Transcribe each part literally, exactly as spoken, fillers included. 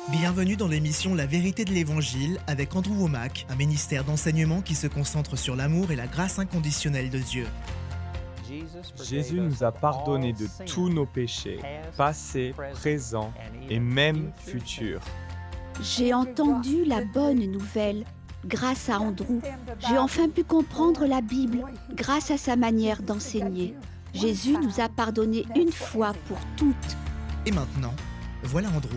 Bienvenue dans l'émission La vérité de l'Évangile avec Andrew Womack, un ministère d'enseignement qui se concentre sur l'amour et la grâce inconditionnelle de Dieu. Jésus nous a pardonné de tous nos péchés, passés, présents et même futurs. J'ai entendu la bonne nouvelle grâce à Andrew. J'ai enfin pu comprendre la Bible grâce à sa manière d'enseigner. Jésus nous a pardonné une fois pour toutes. Et maintenant, voilà Andrew.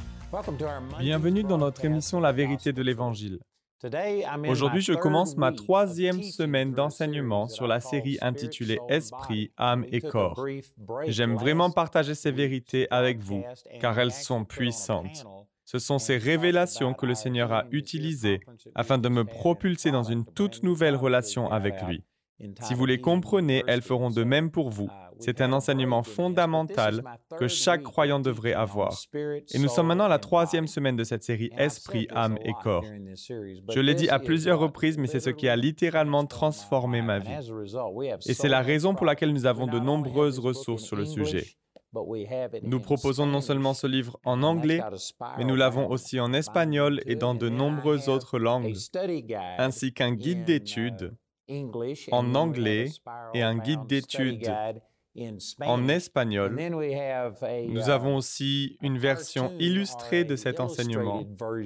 Bienvenue dans notre émission La vérité de l'Évangile. Aujourd'hui, je commence ma troisième semaine d'enseignement sur la série intitulée Esprit, âme et corps. J'aime vraiment partager ces vérités avec vous, car elles sont puissantes. Ce sont ces révélations que le Seigneur a utilisées afin de me propulser dans une toute nouvelle relation avec lui. Si vous les comprenez, elles feront de même pour vous. C'est un enseignement fondamental que chaque croyant devrait avoir. Et nous sommes maintenant à la troisième semaine de cette série Esprit, âme et corps. Je l'ai dit à plusieurs reprises, mais c'est ce qui a littéralement transformé ma vie. Et c'est la raison pour laquelle nous avons de nombreuses ressources sur le sujet. Nous proposons non seulement ce livre en anglais, mais nous l'avons aussi en espagnol et dans de nombreuses autres langues, ainsi qu'un guide d'études en anglais et un guide d'études en espagnol. Nous avons aussi une version illustrée de cet enseignement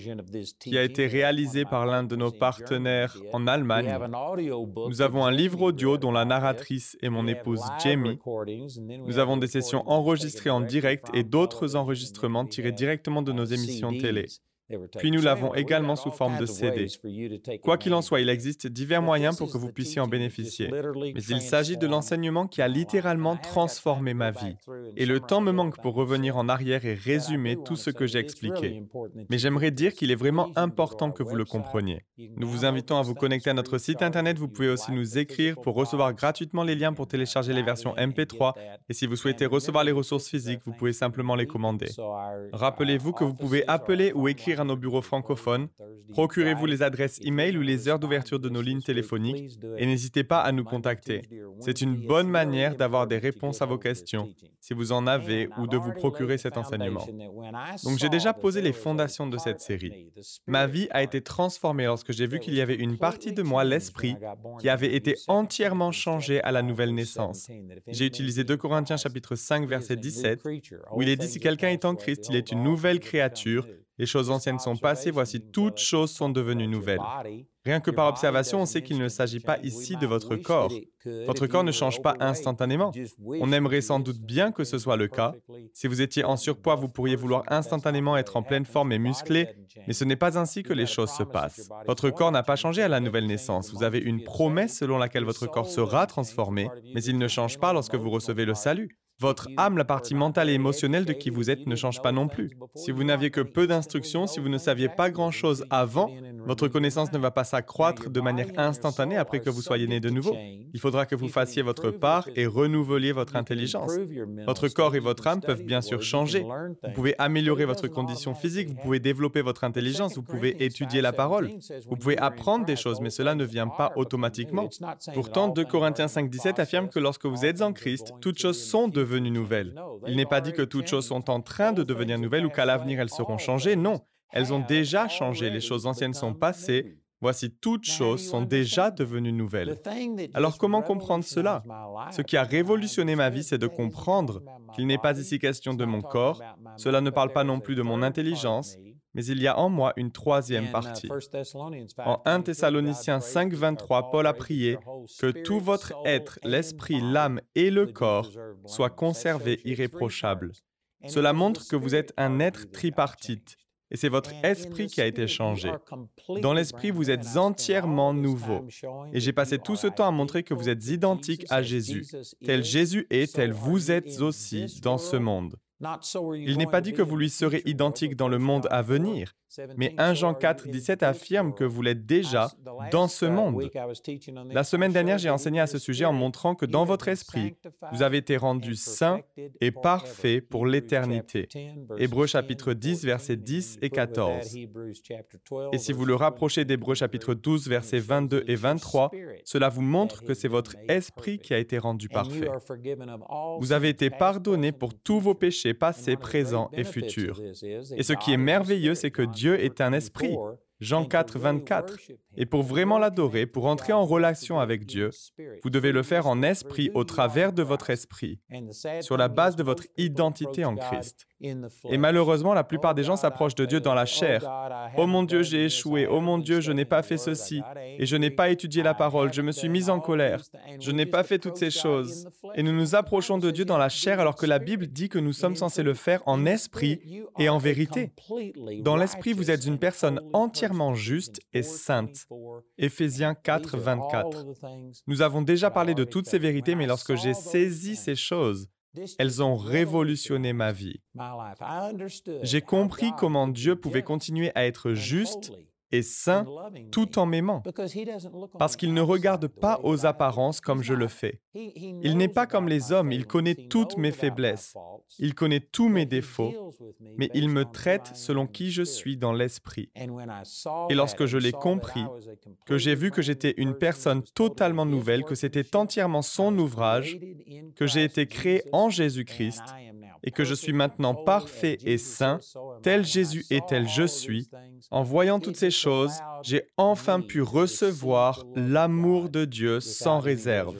qui a été réalisée par l'un de nos partenaires en Allemagne. Nous avons un livre audio dont la narratrice est mon épouse Jamie. Nous avons des sessions enregistrées en direct et d'autres enregistrements tirés directement de nos émissions télé. Puis nous l'avons également sous forme de C D. Quoi qu'il en soit, il existe divers moyens pour que vous puissiez en bénéficier. Mais il s'agit de l'enseignement qui a littéralement transformé ma vie. Et le temps me manque pour revenir en arrière et résumer tout ce que j'ai expliqué. Mais j'aimerais dire qu'il est vraiment important que vous le compreniez. Nous vous invitons à vous connecter à notre site Internet. Vous pouvez aussi nous écrire pour recevoir gratuitement les liens pour télécharger les versions M P trois. Et si vous souhaitez recevoir les ressources physiques, vous pouvez simplement les commander. Rappelez-vous que vous pouvez appeler ou écrire à nos bureaux francophones. Procurez-vous les adresses e-mail ou les heures d'ouverture de nos lignes téléphoniques et n'hésitez pas à nous contacter. C'est une bonne manière d'avoir des réponses à vos questions, si vous en avez, ou de vous procurer cet enseignement. Donc j'ai déjà posé les fondations de cette série. Ma vie a été transformée lorsque j'ai vu qu'il y avait une partie de moi, l'esprit, qui avait été entièrement changée à la nouvelle naissance. J'ai utilisé deux Corinthiens chapitre cinq verset dix-sept, où il est dit « Si quelqu'un est en Christ, il est une nouvelle créature. Les choses anciennes sont passées, voici toutes choses sont devenues nouvelles. » Rien que par observation, on sait qu'il ne s'agit pas ici de votre corps. Votre corps ne change pas instantanément. On aimerait sans doute bien que ce soit le cas. Si vous étiez en surpoids, vous pourriez vouloir instantanément être en pleine forme et musclé, mais ce n'est pas ainsi que les choses se passent. Votre corps n'a pas changé à la nouvelle naissance. Vous avez une promesse selon laquelle votre corps sera transformé, mais il ne change pas lorsque vous recevez le salut. Votre âme, la partie mentale et émotionnelle de qui vous êtes, ne change pas non plus. Si vous n'aviez que peu d'instructions, si vous ne saviez pas grand-chose avant, votre connaissance ne va pas s'accroître de manière instantanée après que vous soyez né de nouveau. Il faudra que vous fassiez votre part et renouveliez votre intelligence. Votre corps et votre âme peuvent bien sûr changer. Vous pouvez améliorer votre condition physique, vous pouvez développer votre intelligence, vous pouvez étudier la parole. Vous pouvez apprendre des choses, mais cela ne vient pas automatiquement. Pourtant, deux Corinthiens cinq dix-sept affirme que lorsque vous êtes en Christ, toutes choses sont devenues devenues nouvelles. Il n'est pas dit que toutes choses sont en train de devenir nouvelles ou qu'à l'avenir elles seront changées. Non, elles ont déjà changé. Les choses anciennes sont passées. Voici, toutes choses sont déjà devenues nouvelles. Alors comment comprendre cela? Ce qui a révolutionné ma vie, c'est de comprendre qu'il n'est pas ici question de mon corps. Cela ne parle pas non plus de mon intelligence, mais il y a en moi une troisième partie. En un Thessaloniciens cinq vingt-trois, Paul a prié que tout votre être, l'esprit, l'âme et le corps soient conservés irréprochables. Cela montre que vous êtes un être tripartite. Et c'est votre esprit qui a été changé. Dans l'esprit, vous êtes entièrement nouveau. Et j'ai passé tout ce temps à montrer que vous êtes identique à Jésus. Tel Jésus est, tel vous êtes aussi dans ce monde. Il n'est pas dit que vous lui serez identique dans le monde à venir, mais un Jean quatre dix-sept affirme que vous l'êtes déjà dans ce monde. La semaine dernière, j'ai enseigné à ce sujet en montrant que dans votre esprit, vous avez été rendus saints et parfaits pour l'éternité. Hébreux chapitre dix, versets dix et quatorze. Et si vous le rapprochez d'Hébreux chapitre douze, versets vingt-deux et vingt-trois, cela vous montre que c'est votre esprit qui a été rendu parfait. Vous avez été pardonnés pour tous vos péchés péché passé, présent et futur. Et ce qui est merveilleux, c'est que Dieu est un esprit. Jean quatre, vingt-quatre. Et pour vraiment l'adorer, pour entrer en relation avec Dieu, vous devez le faire en esprit au travers de votre esprit, sur la base de votre identité en Christ. Et malheureusement, la plupart des gens s'approchent de Dieu dans la chair. « Oh mon Dieu, j'ai échoué. Oh mon Dieu, je n'ai pas fait ceci. Et je n'ai pas étudié la parole. Je me suis mis en colère. Je n'ai pas fait toutes ces choses. » Et nous nous approchons de Dieu dans la chair alors que la Bible dit que nous sommes censés le faire en esprit et en vérité. Dans l'esprit, vous êtes une personne entièrement juste et sainte. Éphésiens quatre, vingt-quatre. Nous avons déjà parlé de toutes ces vérités, mais lorsque j'ai saisi ces choses, elles ont révolutionné ma vie. J'ai compris comment Dieu pouvait continuer à être juste et saint tout en m'aimant, parce qu'il ne regarde pas aux apparences comme je le fais. Il n'est pas comme les hommes, il connaît toutes mes faiblesses, il connaît tous mes défauts, mais il me traite selon qui je suis dans l'esprit. Et lorsque je l'ai compris, que j'ai vu que j'étais une personne totalement nouvelle, que c'était entièrement son ouvrage, que j'ai été créé en Jésus-Christ, et que je suis maintenant parfait et saint, tel Jésus est tel je suis, en voyant toutes ces choses, j'ai enfin pu recevoir l'amour de Dieu sans réserve.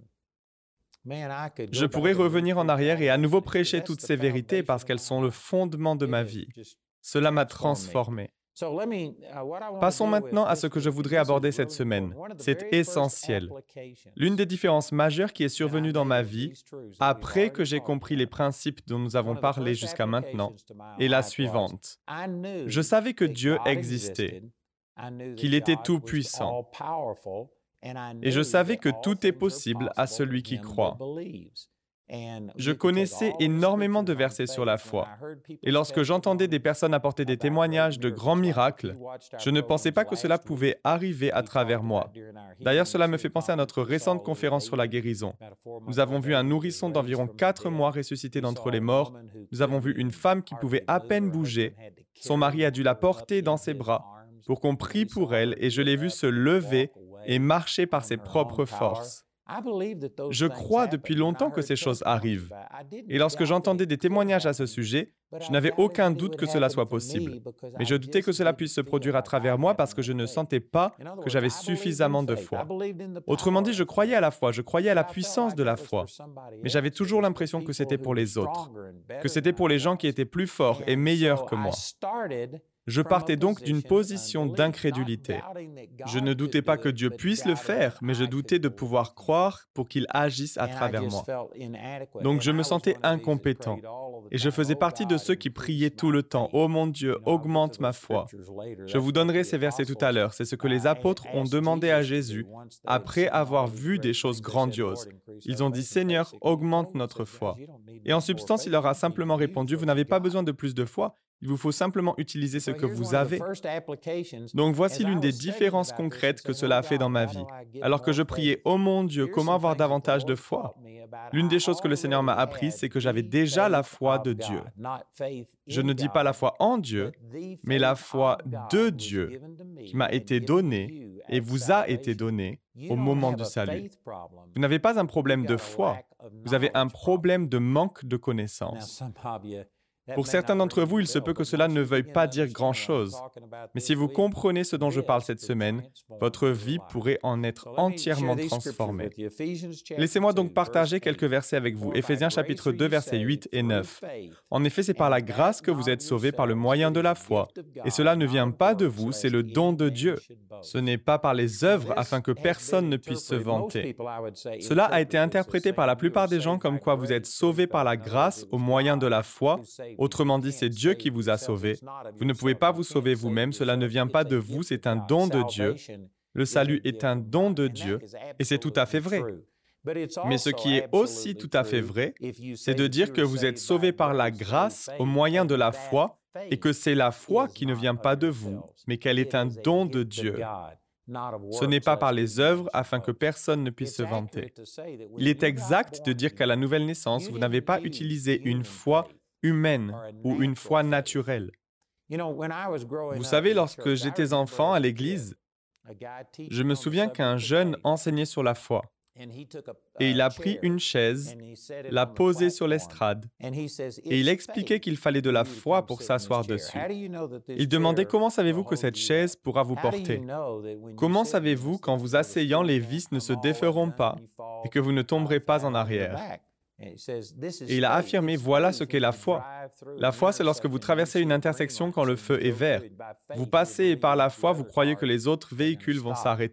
Je pourrais revenir en arrière et à nouveau prêcher toutes ces vérités parce qu'elles sont le fondement de ma vie. Cela m'a transformé. Passons maintenant à ce que je voudrais aborder cette semaine. C'est essentiel. L'une des différences majeures qui est survenue dans ma vie, après que j'ai compris les principes dont nous avons parlé jusqu'à maintenant, est la suivante. Je savais que Dieu existait, qu'il était tout-puissant, et je savais que tout est possible à celui qui croit. Je connaissais énormément de versets sur la foi. Et lorsque j'entendais des personnes apporter des témoignages de grands miracles, je ne pensais pas que cela pouvait arriver à travers moi. D'ailleurs, cela me fait penser à notre récente conférence sur la guérison. Nous avons vu un nourrisson d'environ quatre mois ressuscité d'entre les morts. Nous avons vu une femme qui pouvait à peine bouger. Son mari a dû la porter dans ses bras pour qu'on prie pour elle et je l'ai vue se lever et marcher par ses propres forces. Je crois depuis longtemps que ces choses arrivent. Et lorsque j'entendais des témoignages à ce sujet, je n'avais aucun doute que cela soit possible. Mais je doutais que cela puisse se produire à travers moi parce que je ne sentais pas que j'avais suffisamment de foi. Autrement dit, je croyais à la foi, je croyais à la puissance de la foi. Mais j'avais toujours l'impression que c'était pour les autres, que c'était pour les gens qui étaient plus forts et meilleurs que moi. Je partais donc d'une position d'incrédulité. Je ne doutais pas que Dieu puisse le faire, mais je doutais de pouvoir croire pour qu'il agisse à travers moi. Donc je me sentais incompétent. Et je faisais partie de ceux qui priaient tout le temps. « Oh mon Dieu, augmente ma foi ». Je vous donnerai ces versets tout à l'heure. C'est ce que les apôtres ont demandé à Jésus après avoir vu des choses grandioses. Ils ont dit « Seigneur, augmente notre foi ». Et en substance, il leur a simplement répondu « Vous n'avez pas besoin de plus de foi. Il vous faut simplement utiliser ce que vous avez. » Donc voici l'une des différences concrètes que cela a fait dans ma vie. Alors que je priais « Oh mon Dieu, comment avoir davantage de foi ?» L'une des choses que le Seigneur m'a appris, c'est que j'avais déjà la foi de Dieu. Je ne dis pas la foi en Dieu, mais la foi de Dieu qui m'a été donnée et vous a été donnée au moment du salut. Vous n'avez pas un problème de foi, vous avez un problème de manque de connaissance. Pour certains d'entre vous, il se peut que cela ne veuille pas dire grand-chose. Mais si vous comprenez ce dont je parle cette semaine, votre vie pourrait en être entièrement transformée. Laissez-moi donc partager quelques versets avec vous. Éphésiens chapitre deux, versets huit et neuf. En effet, c'est par la grâce que vous êtes sauvés par le moyen de la foi. Et cela ne vient pas de vous, c'est le don de Dieu. Ce n'est pas par les œuvres afin que personne ne puisse se vanter. Cela a été interprété par la plupart des gens comme quoi vous êtes sauvés par la grâce au moyen de la foi. Autrement dit, c'est Dieu qui vous a sauvés. Vous ne pouvez pas vous sauver vous-même, cela ne vient pas de vous, c'est un don de Dieu. Le salut est un don de Dieu, et c'est tout à fait vrai. Mais ce qui est aussi tout à fait vrai, c'est de dire que vous êtes sauvés par la grâce au moyen de la foi, et que c'est la foi qui ne vient pas de vous, mais qu'elle est un don de Dieu. Ce n'est pas par les œuvres afin que personne ne puisse se vanter. Il est exact de dire qu'à la nouvelle naissance, vous n'avez pas utilisé une foi humaine ou une foi naturelle. Vous savez, lorsque j'étais enfant à l'église, je me souviens qu'un jeune enseignait sur la foi. Et il a pris une chaise, l'a posée sur l'estrade, et il expliquait qu'il fallait de la foi pour s'asseoir dessus. Il demandait « Comment savez-vous que cette chaise pourra vous porter? Comment savez-vous qu'en vous asseyant, les vis ne se déferont pas et que vous ne tomberez pas en arrière ?» Et il a affirmé « Voilà ce qu'est la foi. La foi, c'est lorsque vous traversez une intersection quand le feu est vert. Vous passez et par la foi, vous croyez que les autres véhicules vont s'arrêter. »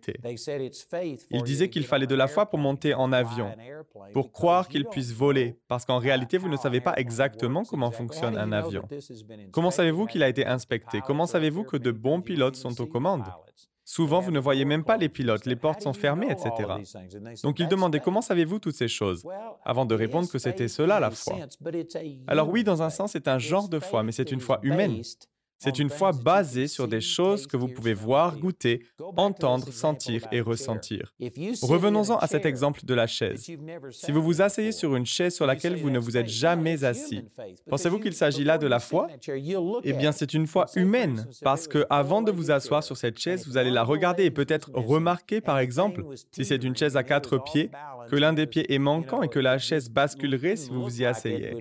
Il disait qu'il fallait de la foi pour monter en avion, pour croire qu'il puisse voler, parce qu'en réalité, vous ne savez pas exactement comment fonctionne un avion. Comment savez-vous qu'il a été inspecté? Comment savez-vous que de bons pilotes sont aux commandes? Souvent, vous ne voyez même pas les pilotes, les portes sont fermées, et cetera. Donc, il demandait « Comment savez-vous toutes ces choses ?» avant de répondre que c'était cela la foi. Alors oui, dans un sens, c'est un genre de foi, mais c'est une foi humaine. C'est une foi basée sur des choses que vous pouvez voir, goûter, entendre, sentir et ressentir. Revenons-en à cet exemple de la chaise. Si vous vous asseyez sur une chaise sur laquelle vous ne vous êtes jamais assis, pensez-vous qu'il s'agit là de la foi? Eh bien, c'est une foi humaine, parce que avant de vous asseoir sur cette chaise, vous allez la regarder et peut-être remarquer, par exemple, si c'est une chaise à quatre pieds, que l'un des pieds est manquant et que la chaise basculerait si vous vous y asseyez,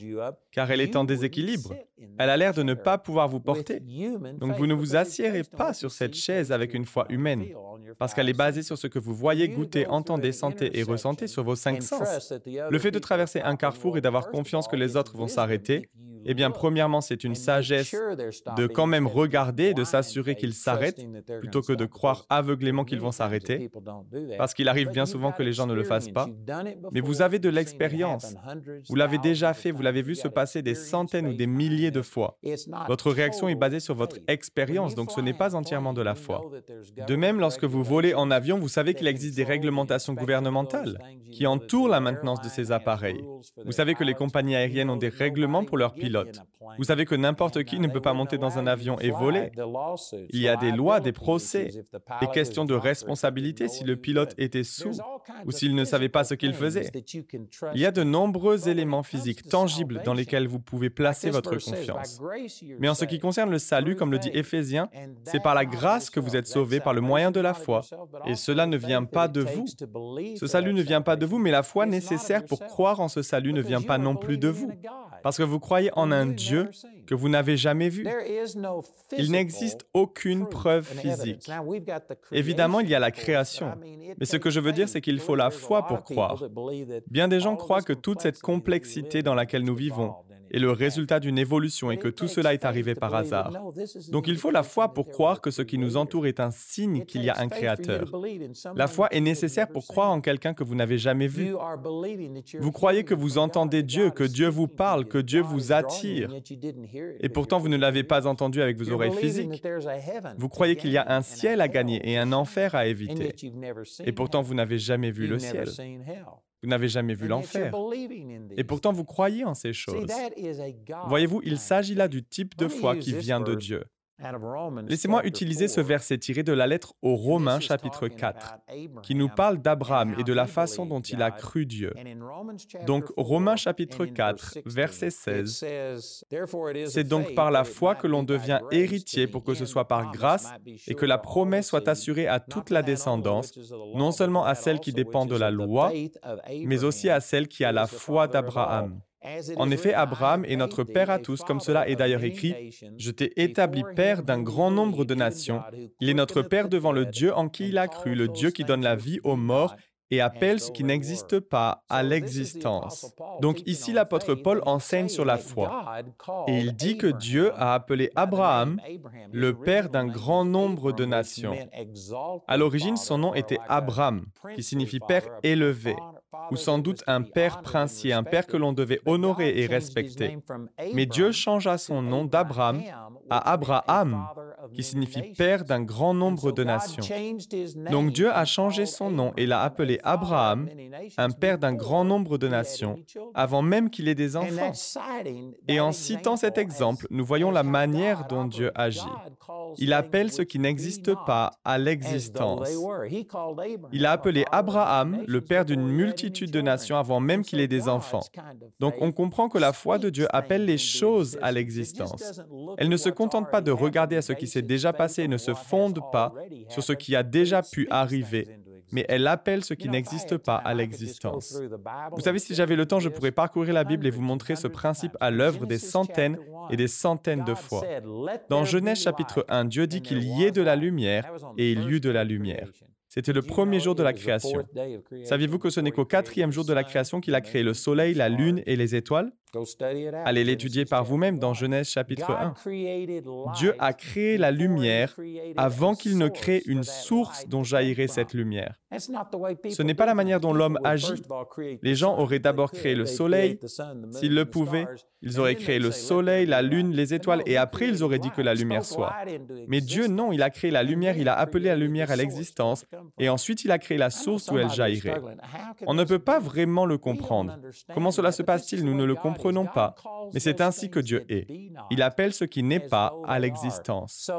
car elle est en déséquilibre. Elle a l'air de ne pas pouvoir vous porter. Donc vous ne vous assiérez pas sur cette chaise avec une foi humaine, parce qu'elle est basée sur ce que vous voyez, goûtez, entendez, sentez et ressentez sur vos cinq sens. Le fait de traverser un carrefour et d'avoir confiance que les autres vont s'arrêter, eh bien, premièrement, c'est une sagesse de quand même regarder et de s'assurer qu'ils s'arrêtent, plutôt que de croire aveuglément qu'ils vont s'arrêter, parce qu'il arrive bien souvent que les gens ne le fassent pas. Mais vous avez de l'expérience. Vous l'avez déjà fait, vous l'avez vu se passer des centaines ou des milliers de fois. Votre réaction est basée sur votre expérience, donc ce n'est pas entièrement de la foi. De même, lorsque vous volez en avion, vous savez qu'il existe des réglementations gouvernementales qui entourent la maintenance de ces appareils. Vous savez que les compagnies aériennes ont des règlements pour leurs pilotes. Vous savez que n'importe qui ne peut pas monter dans un avion et voler. Il y a des lois, des procès, des questions de responsabilité si le pilote était saoul ou s'il ne savait pas ce qu'il faisait. Il y a de nombreux éléments physiques tangibles dans lesquels vous pouvez placer votre confiance. Mais en ce qui concerne le salut, comme le dit Éphésiens, c'est par la grâce que vous êtes sauvés par le moyen de la foi. Et cela ne vient pas de vous. Ce salut ne vient pas de vous, mais la foi nécessaire pour croire en ce salut ne vient pas non plus de vous. Parce que vous croyez en un Dieu que vous n'avez jamais vu. Il n'existe aucune preuve physique. Évidemment, il y a la création. Mais ce que je veux dire, c'est qu'il faut la foi pour croire. Bien des gens croient que toute cette complexité dans laquelle nous vivons est le résultat d'une évolution et que tout cela est arrivé par hasard. Donc il faut la foi pour croire que ce qui nous entoure est un signe qu'il y a un créateur. La foi est nécessaire pour croire en quelqu'un que vous n'avez jamais vu. Vous croyez que vous entendez Dieu, que Dieu vous parle, que Dieu vous attire, et pourtant vous ne l'avez pas entendu avec vos oreilles physiques. Vous croyez qu'il y a un ciel à gagner et un enfer à éviter, et pourtant vous n'avez jamais vu le ciel. Vous n'avez jamais vu l'enfer. Et pourtant, vous croyez en ces choses. Voyez-vous, il s'agit là du type de foi qui vient de Dieu. Laissez-moi utiliser ce verset tiré de la lettre aux Romains, chapitre quatre, qui nous parle d'Abraham et de la façon dont il a cru Dieu. Donc, Romains, chapitre quatre, verset seize, « C'est donc par la foi que l'on devient héritier pour que ce soit par grâce et que la promesse soit assurée à toute la descendance, non seulement à celle qui dépend de la loi, mais aussi à celle qui a la foi d'Abraham. » En effet, Abraham est notre père à tous, comme cela est d'ailleurs écrit, « Je t'ai établi père d'un grand nombre de nations. » Il est notre père devant le Dieu en qui il a cru, le Dieu qui donne la vie aux morts et appelle ce qui n'existe pas à l'existence. Donc ici, l'apôtre Paul enseigne sur la foi. Et il dit que Dieu a appelé Abraham le père d'un grand nombre de nations. À l'origine, son nom était Abram, qui signifie père élevé, ou sans doute un père princier, un père que l'on devait honorer et respecter. Mais Dieu changea son nom d'Abram à Abraham, qui signifie père d'un grand nombre de nations. Donc Dieu a changé son nom et l'a appelé Abraham, un père d'un grand nombre de nations, avant même qu'il ait des enfants. Et en citant cet exemple, nous voyons la manière dont Dieu agit. Il appelle ce qui n'existe pas à l'existence. Il a appelé Abraham le père d'une multitude de nations avant même qu'il ait des enfants. Donc on comprend que la foi de Dieu appelle les choses à l'existence. Elle ne se contente pas de regarder à ce qui s'est déjà passé et ne se fonde pas sur ce qui a déjà pu arriver, mais elle appelle ce qui n'existe pas à l'existence. Vous savez, si j'avais le temps, je pourrais parcourir la Bible et vous montrer ce principe à l'œuvre des centaines et des centaines de fois. Dans Genèse chapitre un, Dieu dit qu'il y ait de la lumière et il y eut de la lumière. C'était le premier jour de la création. Saviez-vous que ce n'est qu'au quatrième jour de la création qu'il a créé le soleil, la lune et les étoiles? Allez l'étudier par vous-même dans Genèse chapitre un. Dieu a créé la lumière avant qu'il ne crée une source dont jaillirait cette lumière. Ce n'est pas la manière dont l'homme agit. Les gens auraient d'abord créé le soleil. S'ils le pouvaient, ils auraient créé le soleil, la lune, les étoiles, et après ils auraient dit que la lumière soit. Mais Dieu, non, il a créé la lumière, il a appelé la lumière à l'existence, et ensuite il a créé la source d'où elle jaillirait. On ne peut pas vraiment le comprendre. Comment cela se passe-t-il? Nous ne le comprenons pas, mais c'est ainsi que Dieu est. Il appelle ce qui n'est pas à l'existence.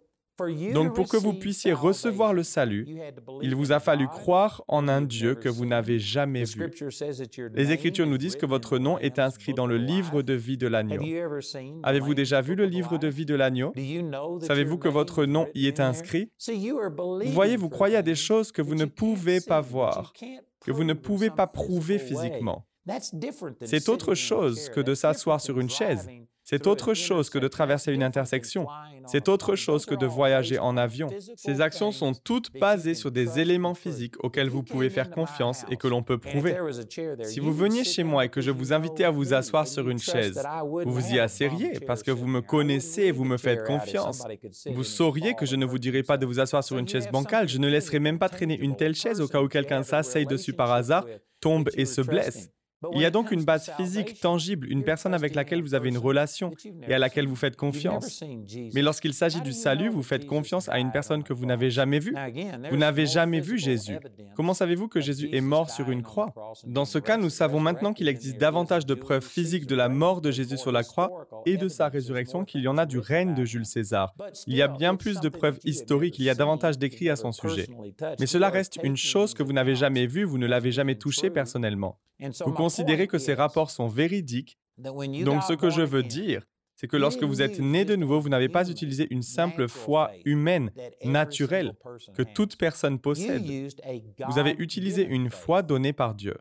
Donc pour que vous puissiez recevoir le salut, il vous a fallu croire en un Dieu que vous n'avez jamais vu. Les Écritures nous disent que votre nom est inscrit dans le livre de vie de l'agneau. Avez-vous déjà vu le livre de vie de l'agneau? Savez-vous que votre nom y est inscrit? Vous voyez, vous croyez à des choses que vous ne pouvez pas voir, que vous ne pouvez pas prouver physiquement. C'est autre chose que de s'asseoir sur une chaise. C'est autre chose que de traverser une intersection. C'est autre chose que de voyager en avion. Ces actions sont toutes basées sur des éléments physiques auxquels vous pouvez faire confiance et que l'on peut prouver. Si vous veniez chez moi et que je vous invitais à vous asseoir sur une chaise, vous vous y asseyeriez parce que vous me connaissez et vous me faites confiance. Vous sauriez que je ne vous dirais pas de vous asseoir sur une chaise bancale. Je ne laisserai même pas traîner une telle chaise au cas où quelqu'un s'asseye dessus par hasard, tombe et se blesse. Il y a donc une base physique, tangible, une personne avec laquelle vous avez une relation et à laquelle vous faites confiance. Mais lorsqu'il s'agit du salut, vous faites confiance à une personne que vous n'avez jamais vue. Vous n'avez jamais vu Jésus. Comment savez-vous que Jésus est mort sur une croix? Dans ce cas, nous savons maintenant qu'il existe davantage de preuves physiques de la mort de Jésus sur la croix et de sa résurrection qu'il y en a du règne de Jules César. Il y a bien plus de preuves historiques, il y a davantage d'écrits à son sujet. Mais cela reste une chose que vous n'avez jamais vue, vous ne l'avez jamais touchée personnellement. Vous considérez que ces rapports sont véridiques. Donc, ce que je veux dire, c'est que lorsque vous êtes né de nouveau, vous n'avez pas utilisé une simple foi humaine, naturelle, que toute personne possède. Vous avez utilisé une foi donnée par Dieu.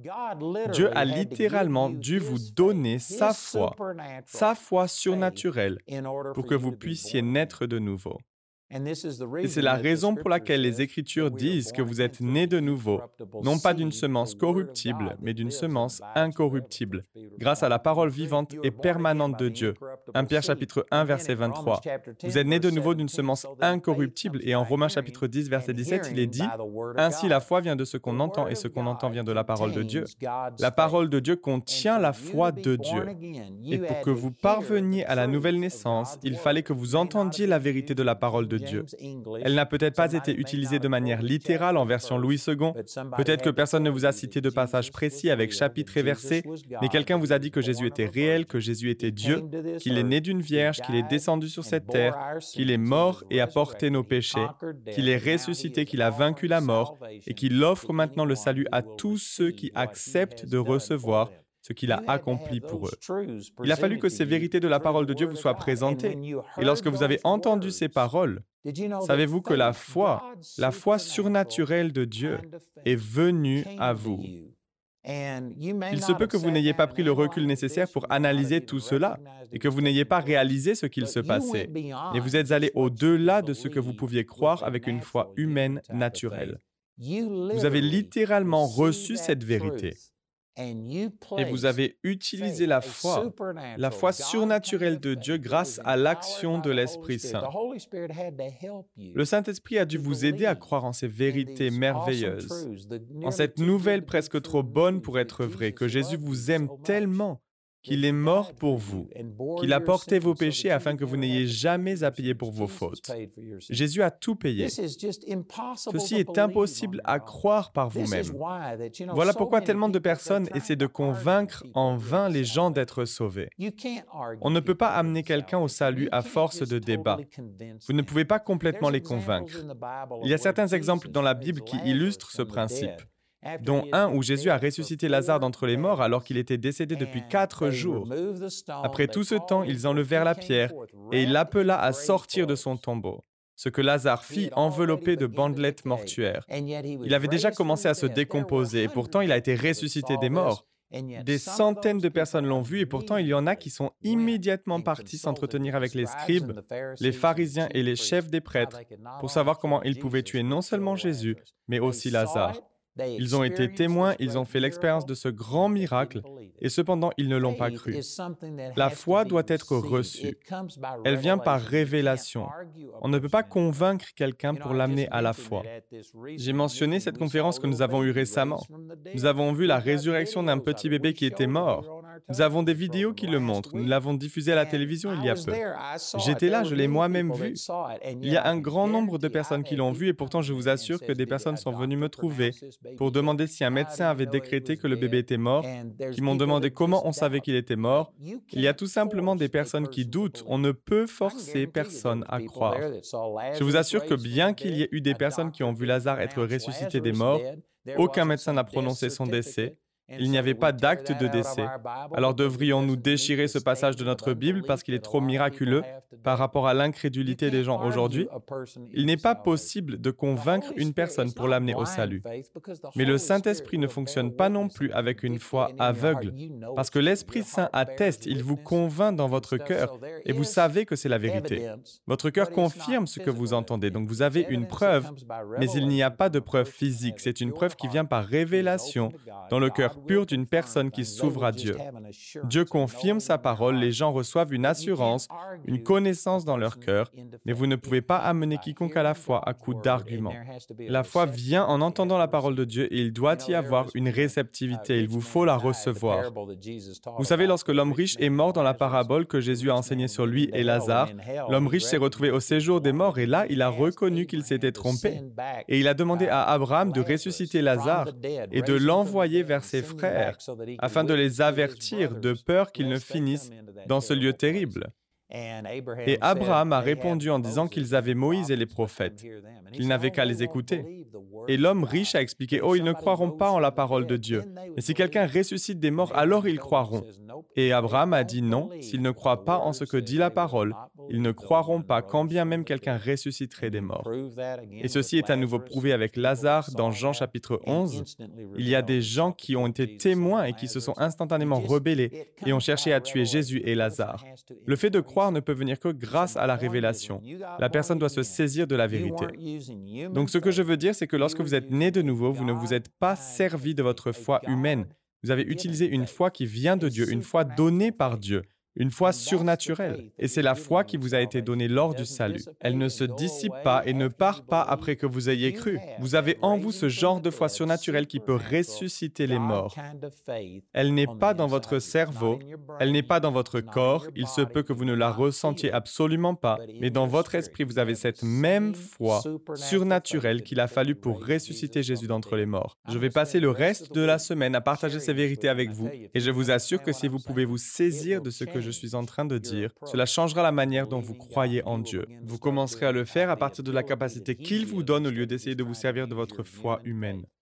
Dieu a littéralement dû vous donner sa foi, sa foi surnaturelle, pour que vous puissiez naître de nouveau. Et c'est la raison pour laquelle les Écritures disent que vous êtes nés de nouveau, non pas d'une semence corruptible, mais d'une semence incorruptible, grâce à la parole vivante et permanente de Dieu. premier Pierre chapitre un, verset vingt-trois. Vous êtes nés de nouveau d'une semence incorruptible, et en Romains chapitre dix, verset dix-sept, il est dit « Ainsi la foi vient de ce qu'on entend, et ce qu'on entend vient de la parole de Dieu. » La parole de Dieu contient la foi de Dieu. Et pour que vous parveniez à la nouvelle naissance, il fallait que vous entendiez la vérité de la parole de Dieu. Elle n'a peut-être pas été utilisée de manière littérale en version Louis second. Peut-être que personne ne vous a cité de passage précis avec chapitre et verset, mais quelqu'un vous a dit que Jésus était réel, que Jésus était Dieu, qu'il est né d'une vierge, qu'il est descendu sur cette terre, qu'il est mort et a porté nos péchés, qu'il est ressuscité, qu'il a vaincu la mort et qu'il offre maintenant le salut à tous ceux qui acceptent de recevoir ce qu'il a accompli pour eux. Il a fallu que ces vérités de la parole de Dieu vous soient présentées. Et lorsque vous avez entendu ces paroles, savez-vous que la foi, la foi surnaturelle de Dieu est venue à vous? Il se peut que vous n'ayez pas pris le recul nécessaire pour analyser tout cela et que vous n'ayez pas réalisé ce qu'il se passait. Mais vous êtes allé au-delà de ce que vous pouviez croire avec une foi humaine naturelle. Vous avez littéralement reçu cette vérité. Et vous avez utilisé la foi, la foi surnaturelle de Dieu grâce à l'action de l'Esprit Saint. Le Saint-Esprit a dû vous aider à croire en ces vérités merveilleuses, en cette nouvelle presque trop bonne pour être vraie, que Jésus vous aime tellement qu'il est mort pour vous, qu'il a porté vos péchés afin que vous n'ayez jamais à payer pour vos fautes. Jésus a tout payé. Ceci est impossible à croire par vous-même. Voilà pourquoi tellement de personnes essaient de convaincre en vain les gens d'être sauvés. On ne peut pas amener quelqu'un au salut à force de débat. Vous ne pouvez pas complètement les convaincre. Il y a certains exemples dans la Bible qui illustrent ce principe, dont un où Jésus a ressuscité Lazare d'entre les morts alors qu'il était décédé depuis quatre jours. Après tout ce temps, ils enlevèrent la pierre et il l'appela à sortir de son tombeau. ce que Lazare fit enveloppé de bandelettes mortuaires. Il avait déjà commencé à se décomposer et pourtant il a été ressuscité des morts. Des centaines de personnes l'ont vu et pourtant il y en a qui sont immédiatement partis s'entretenir avec les scribes, les pharisiens et les chefs des prêtres pour savoir comment ils pouvaient tuer non seulement Jésus, mais aussi Lazare. Ils ont été témoins, ils ont fait l'expérience de ce grand miracle et cependant ils ne l'ont pas cru. La foi doit être reçue. Elle vient par révélation. On ne peut pas convaincre quelqu'un pour l'amener à la foi. J'ai mentionné cette conférence que nous avons eue récemment. Nous avons vu la résurrection d'un petit bébé qui était mort. Nous avons des vidéos qui le montrent. Nous l'avons diffusé à la télévision il y a peu. J'étais là, je l'ai moi-même vu. Il y a un grand nombre de personnes qui l'ont vu et pourtant je vous assure que des personnes sont venues me trouver pour demander si un médecin avait décrété que le bébé était mort, qui m'ont demandé comment on savait qu'il était mort. Il y a tout simplement des personnes qui doutent. On ne peut forcer personne à croire. Je vous assure que bien qu'il y ait eu des personnes qui ont vu Lazare être ressuscité des morts, aucun médecin n'a prononcé son décès. Il n'y avait pas d'acte de décès. Alors devrions-nous déchirer ce passage de notre Bible parce qu'il est trop miraculeux par rapport à l'incrédulité des gens aujourd'hui? Il n'est pas possible de convaincre une personne pour l'amener au salut. Mais le Saint-Esprit ne fonctionne pas non plus avec une foi aveugle, parce que l'Esprit Saint atteste, il vous convainc dans votre cœur et vous savez que c'est la vérité. Votre cœur confirme ce que vous entendez, donc vous avez une preuve, mais il n'y a pas de preuve physique. C'est une preuve qui vient par révélation dans le cœur pur d'une personne qui s'ouvre à Dieu. Dieu confirme sa parole, les gens reçoivent une assurance, une connaissance dans leur cœur, mais vous ne pouvez pas amener quiconque à la foi à coup d'arguments. La foi vient en entendant la parole de Dieu et il doit y avoir une réceptivité, il vous faut la recevoir. Vous savez, lorsque l'homme riche est mort dans la parabole que Jésus a enseignée sur lui et Lazare, l'homme riche s'est retrouvé au séjour des morts et là, il a reconnu qu'il s'était trompé. Et il a demandé à Abraham de ressusciter Lazare et de l'envoyer vers ses frères, afin de les avertir de peur qu'ils ne finissent dans ce lieu terrible. Et Abraham a répondu en disant qu'ils avaient Moïse et les prophètes, qu'ils n'avaient qu'à les écouter. Et l'homme riche a expliqué, « Oh, ils ne croiront pas en la parole de Dieu. Mais si quelqu'un ressuscite des morts, alors ils croiront. » Et Abraham a dit, « Non, s'ils ne croient pas en ce que dit la parole, ils ne croiront pas, quand bien même quelqu'un ressusciterait des morts. » Et ceci est à nouveau prouvé avec Lazare dans Jean chapitre onze. Il y a des gens qui ont été témoins et qui se sont instantanément rebellés et ont cherché à tuer Jésus et Lazare. Le fait de croire ne peut venir que grâce à la révélation. La personne doit se saisir de la vérité. Donc ce que je veux dire, c'est que lorsque vous êtes né de nouveau, vous ne vous êtes pas servi de votre foi humaine. Vous avez utilisé une foi qui vient de Dieu, une foi donnée par Dieu. Une foi surnaturelle. Et c'est la foi qui vous a été donnée lors du salut. Elle ne se dissipe pas et ne part pas après que vous ayez cru. Vous avez en vous ce genre de foi surnaturelle qui peut ressusciter les morts. Elle n'est pas dans votre cerveau, elle n'est pas dans votre corps, il se peut que vous ne la ressentiez absolument pas, mais dans votre esprit, vous avez cette même foi surnaturelle qu'il a fallu pour ressusciter Jésus d'entre les morts. Je vais passer le reste de la semaine à partager ces vérités avec vous et je vous assure que si vous pouvez vous saisir de ce que je suis en train de dire, cela changera la manière dont vous croyez en Dieu. Vous commencerez à le faire à partir de la capacité qu'il vous donne au lieu d'essayer de vous servir de votre foi humaine.